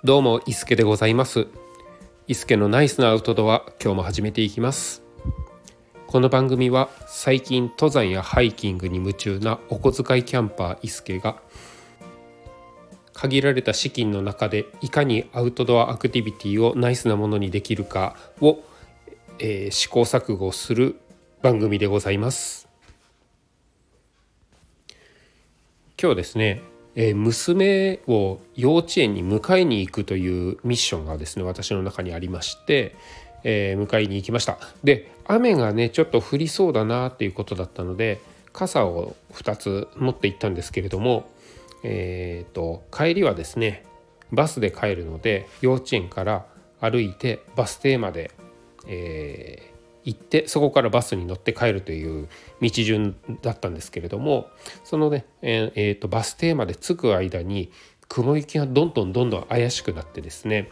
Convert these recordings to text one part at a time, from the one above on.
どうも伊助でございます。伊助のナイスなアウトドア、今日も始めていきます。この番組は最近登山やハイキングに夢中なお小遣いキャンパー伊助が限られた資金の中でいかにアウトドアアクティビティをナイスなものにできるかを、試行錯誤する番組でございます。今日ですね、娘を幼稚園に迎えに行くというミッションがですね、私の中にありまして、迎えに行きました。で、雨がねちょっと降りそうだなっていうことだったので、傘を2つ持って行ったんですけれども、帰りはですねバスで帰るので、幼稚園から歩いてバス停まで、行って、そこからバスに乗って帰るという道順だったんですけれども、そのね、バス停まで着く間に雲行きがどんどん怪しくなってですね、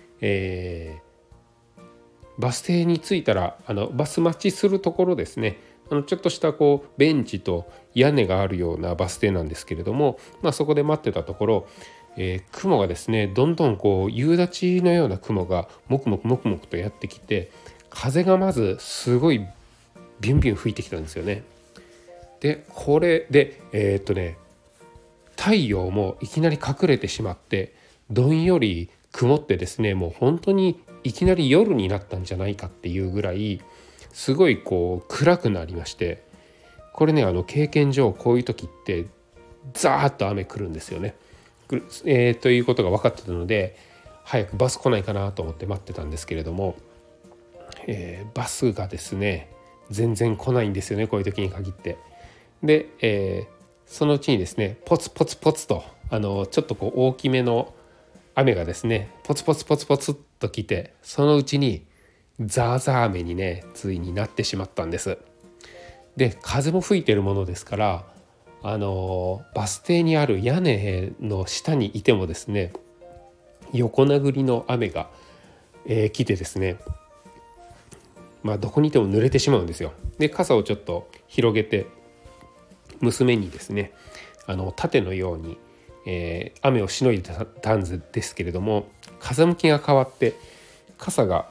バス停に着いたらバス待ちするところですね、ちょっとしたベンチと屋根があるようなバス停なんですけれども、そこで待ってたところ、雲がですねどんどん夕立のような雲がもくもくとやってきて、風がまずすごいビュンビュン吹いてきたんですよね。でこれで太陽もいきなり隠れてしまって、どんより曇ってですね、もう本当にいきなり夜になったんじゃないかっていうぐらいすごい暗くなりまして、これね経験上こういう時ってザーッと雨来るんですよね。ということが分かってたので、早くバス来ないかなと思って待ってたんですけれども、バスがですね全然来ないんですよね、こういう時に限って。で、そのうちにですねポツポツポツとちょっと大きめの雨がですねポツポツポツポツっと来て、そのうちにザーザー雨にねついになってしまったんです。で風も吹いてるものですから、バス停にある屋根の下にいてもですね、横殴りの雨が、来てですね、どこにいても濡れてしまうんですよ。で傘をちょっと広げて娘にですね盾のように、雨をしのいでたんですけれども、風向きが変わって傘が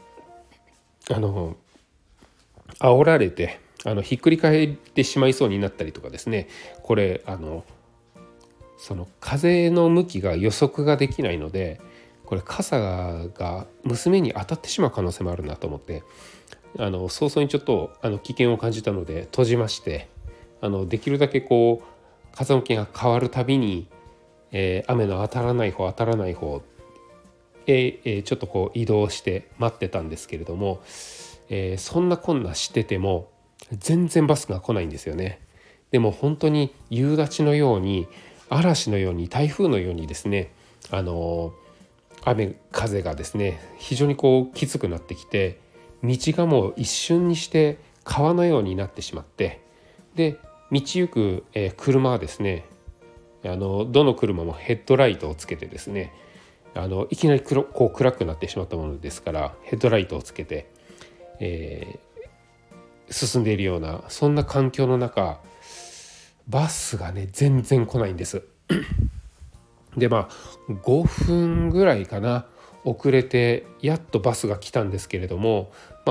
煽られてひっくり返ってしまいそうになったりとかですね、これその風の向きが予測ができないので、これ傘が娘に当たってしまう可能性もあるなと思って、早々にちょっと危険を感じたので閉じまして、できるだけ風向きが変わるたびに、雨の当たらない方へ、ちょっと移動して待ってたんですけれども、そんなこんなしてても全然バスが来ないんですよね。でも本当に夕立のように、嵐のように、台風のようにですね、雨風がですね非常にきつくなってきて、道がもう一瞬にして川のようになってしまって、で道行く、車はですねどの車もヘッドライトをつけてですね、いきなり暗くなってしまったものですから、ヘッドライトをつけて、進んでいるような、そんな環境の中、バスがね全然来ないんです。で5分ぐらいかな遅れてやっとバスが来たんですけれども、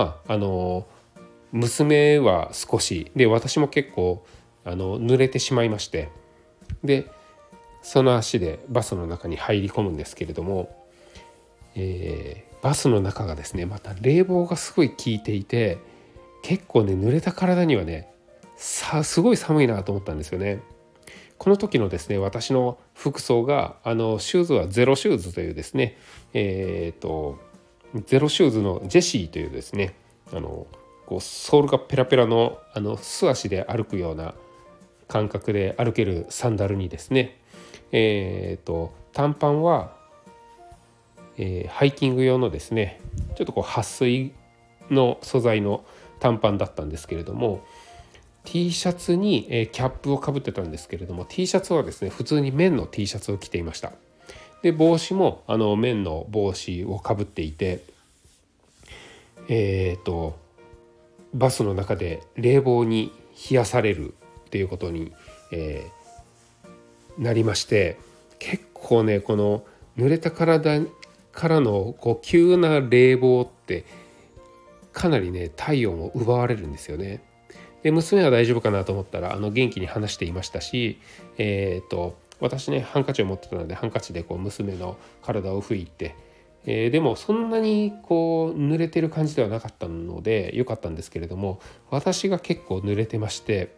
娘は少しで、私も結構濡れてしまいまして、でその足でバスの中に入り込むんですけれども、バスの中がですねまた冷房がすごい効いていて、結構ね濡れた体にはねすごい寒いなと思ったんですよね。この時のですね私の服装がシューズはゼロシューズというですね、ゼロシューズのジェシーというですねソールがペラペラの素足で歩くような感覚で歩けるサンダルにですね、短パンは、ハイキング用のですねちょっと撥水の素材の短パンだったんですけれども、T シャツに、キャップをかぶってたんですけれども、 T シャツはですね普通に綿の T シャツを着ていました。で帽子も綿の帽子をかぶっていて、バスの中で冷房に冷やされるっていうことに、なりまして、結構ねこの濡れた体からの急な冷房ってかなりね体温を奪われるんですよね。で娘は大丈夫かなと思ったら元気に話していましたし、私ねハンカチを持ってたのでハンカチで娘の体を拭いて、でもそんなに濡れてる感じではなかったので良かったんですけれども、私が結構濡れてまして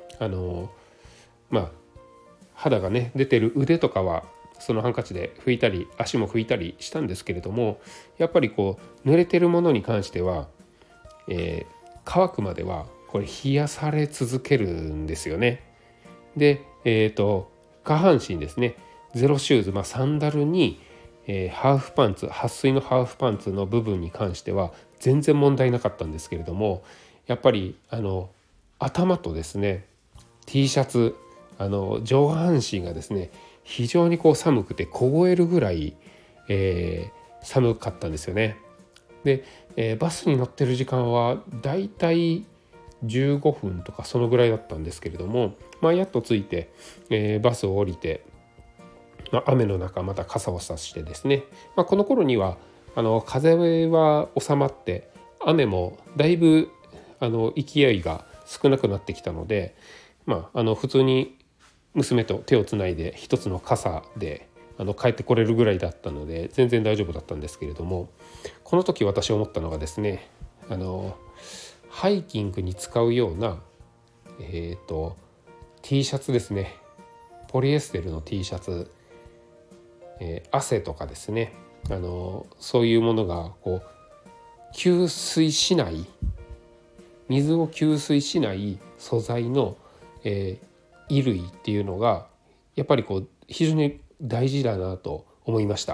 肌がね出てる腕とかはそのハンカチで拭いたり足も拭いたりしたんですけれども、やっぱり濡れてるものに関しては、乾くまではこれ冷やされ続けるんですよね。で、下半身ですね、ゼロシューズ、サンダルに、ハーフパンツ、撥水のハーフパンツの部分に関しては全然問題なかったんですけれども、やっぱり頭とですね T シャツ上半身がですね非常に寒くて凍えるぐらい、寒かったんですよね。で、バスに乗ってる時間はだいたい15分とかそのぐらいだったんですけれども、やっと着いて、バスを降りて、雨の中また傘を差してですね、この頃には風は収まって雨もだいぶ勢いが少なくなってきたので、普通に娘と手をつないで一つの傘で帰ってこれるぐらいだったので全然大丈夫だったんですけれども、この時私思ったのがですね、ハイキングに使うような、T シャツですね、ポリエステルの T シャツ、汗とかですね、そういうものが吸水しない、水を吸水しない素材の、衣類っていうのがやっぱり非常に大事だなと思いました。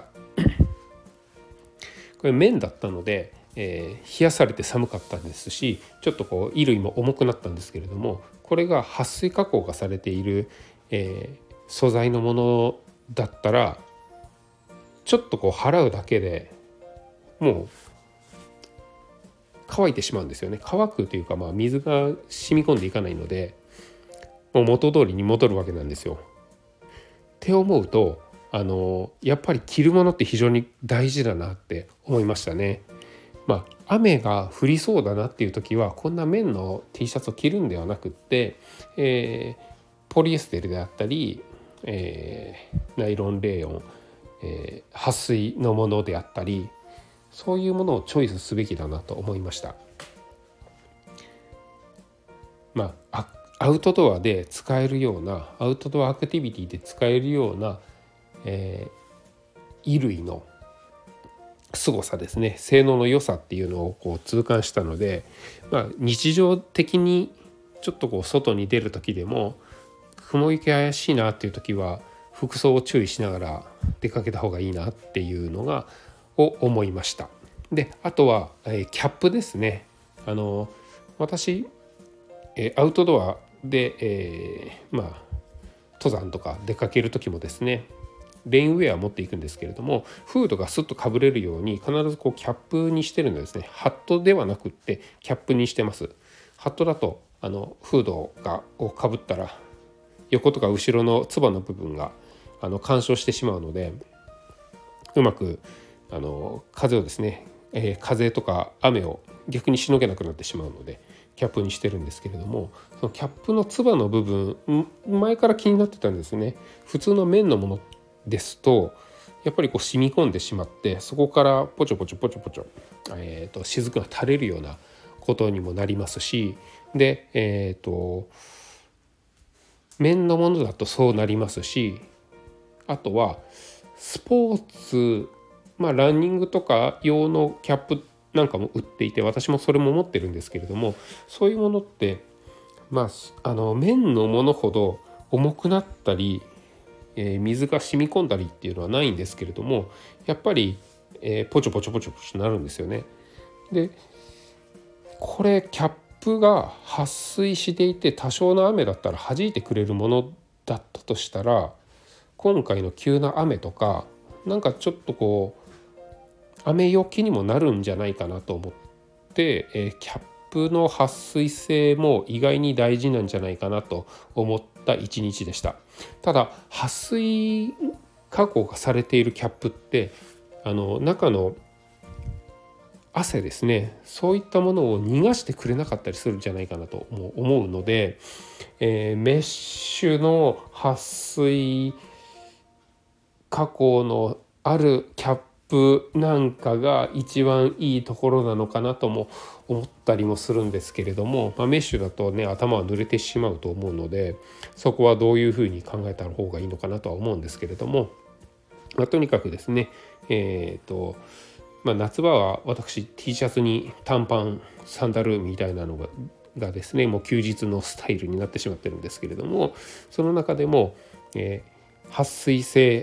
これ綿だったので、冷やされて寒かったんですし、ちょっと衣類も重くなったんですけれども、これが撥水加工がされている、素材のものだったらちょっと払うだけでもう乾いてしまうんですよね。乾くというか、水が染み込んでいかないのでもう元通りに戻るわけなんですよ。って思うとやっぱり着るものって非常に大事だなって思いましたね。雨が降りそうだなっていう時はこんな綿の T シャツを着るんではなくって、ポリエステルであったり、ナイロンレーヨン、撥水のものであったり、そういうものをチョイスすべきだなと思いました。アウトドアで使えるような、アウトドアアクティビティで使えるような、衣類の凄さですね、性能の良さっていうのを痛感したので、日常的にちょっと外に出る時でも雲行き怪しいなっていう時は服装を注意しながら出かけた方がいいなっていうのが思いました。であとは、キャップですね。私アウトドアで、登山とか出かける時もですねレインウェアを持っていくんですけれども、フードがスッとかぶれるように必ずキャップにしてるのですね。ハットではなくってキャップにしてます。ハットだとフードをかぶったら横とか後ろのつばの部分が干渉してしまうので、うまく風をですね、風とか雨を逆にしのげなくなってしまうのでキャップにしてるんですけれども、そのキャップのつばの部分前から気になってたんですね。普通の綿のものですとやっぱり染み込んでしまって、そこからポチョポチョ雫が垂れるようなことにもなりますし、で綿のものだとそうなりますし、あとはスポーツ、ランニングとか用のキャップなんかも売っていて、私もそれも持ってるんですけれども、そういうものって綿のものほど重くなったり、水が染み込んだりっていうのはないんですけれども、やっぱり、ポチョポチョなるんですよね。でこれキャップが撥水していて多少の雨だったら弾いてくれるものだったとしたら、今回の急な雨とかなんかちょっと雨よけにもなるんじゃないかなと思って、キャップの撥水性も意外に大事なんじゃないかなと思った一日でした。ただ撥水加工がされているキャップって中の汗ですね、そういったものを逃がしてくれなかったりするんじゃないかなと思うので、メッシュの撥水加工のあるキャップなんかが一番いいところなのかなとも思ったりもするんですけれども、メッシュだとね頭は濡れてしまうと思うので、そこはどういうふうに考えた方がいいのかなとは思うんですけれども、とにかくですね、夏場は私 T シャツに短パンサンダルみたいなのがですね、もう休日のスタイルになってしまってるんですけれども、その中でも、撥水性、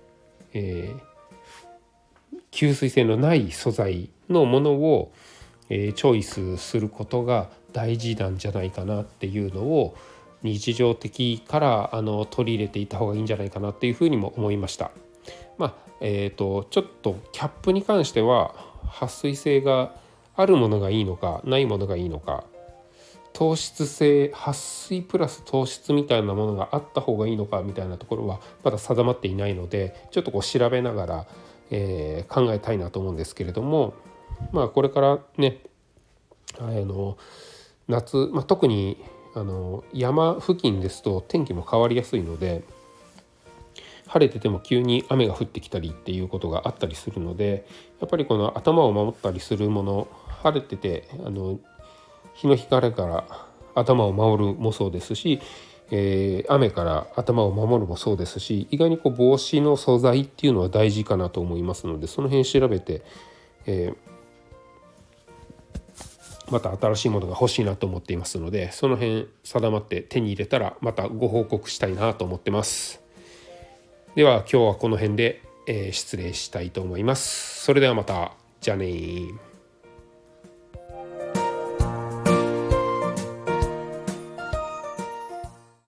吸水性のない素材のものを、チョイスすることが大事なんじゃないかなっていうのを日常的から取り入れていった方がいいんじゃないかなっていうふうにも思いました。ちょっとキャップに関しては撥水性があるものがいいのかないものがいいのか、透湿性撥水プラス透湿みたいなものがあった方がいいのかみたいなところはまだ定まっていないので、ちょっと調べながら、考えたいなと思うんですけれども、これからね夏、特に山付近ですと天気も変わりやすいので、晴れてても急に雨が降ってきたりっていうことがあったりするので、やっぱりこの頭を守ったりするもの、晴れてて日の光から頭を守るもそうですし、雨から頭を守るもそうですし、意外に帽子の素材っていうのは大事かなと思いますので、その辺調べて、また新しいものが欲しいなと思っていますので、その辺定まって手に入れたらまたご報告したいなと思ってます。では今日はこの辺で、失礼したいと思います。それではまた。じゃあね。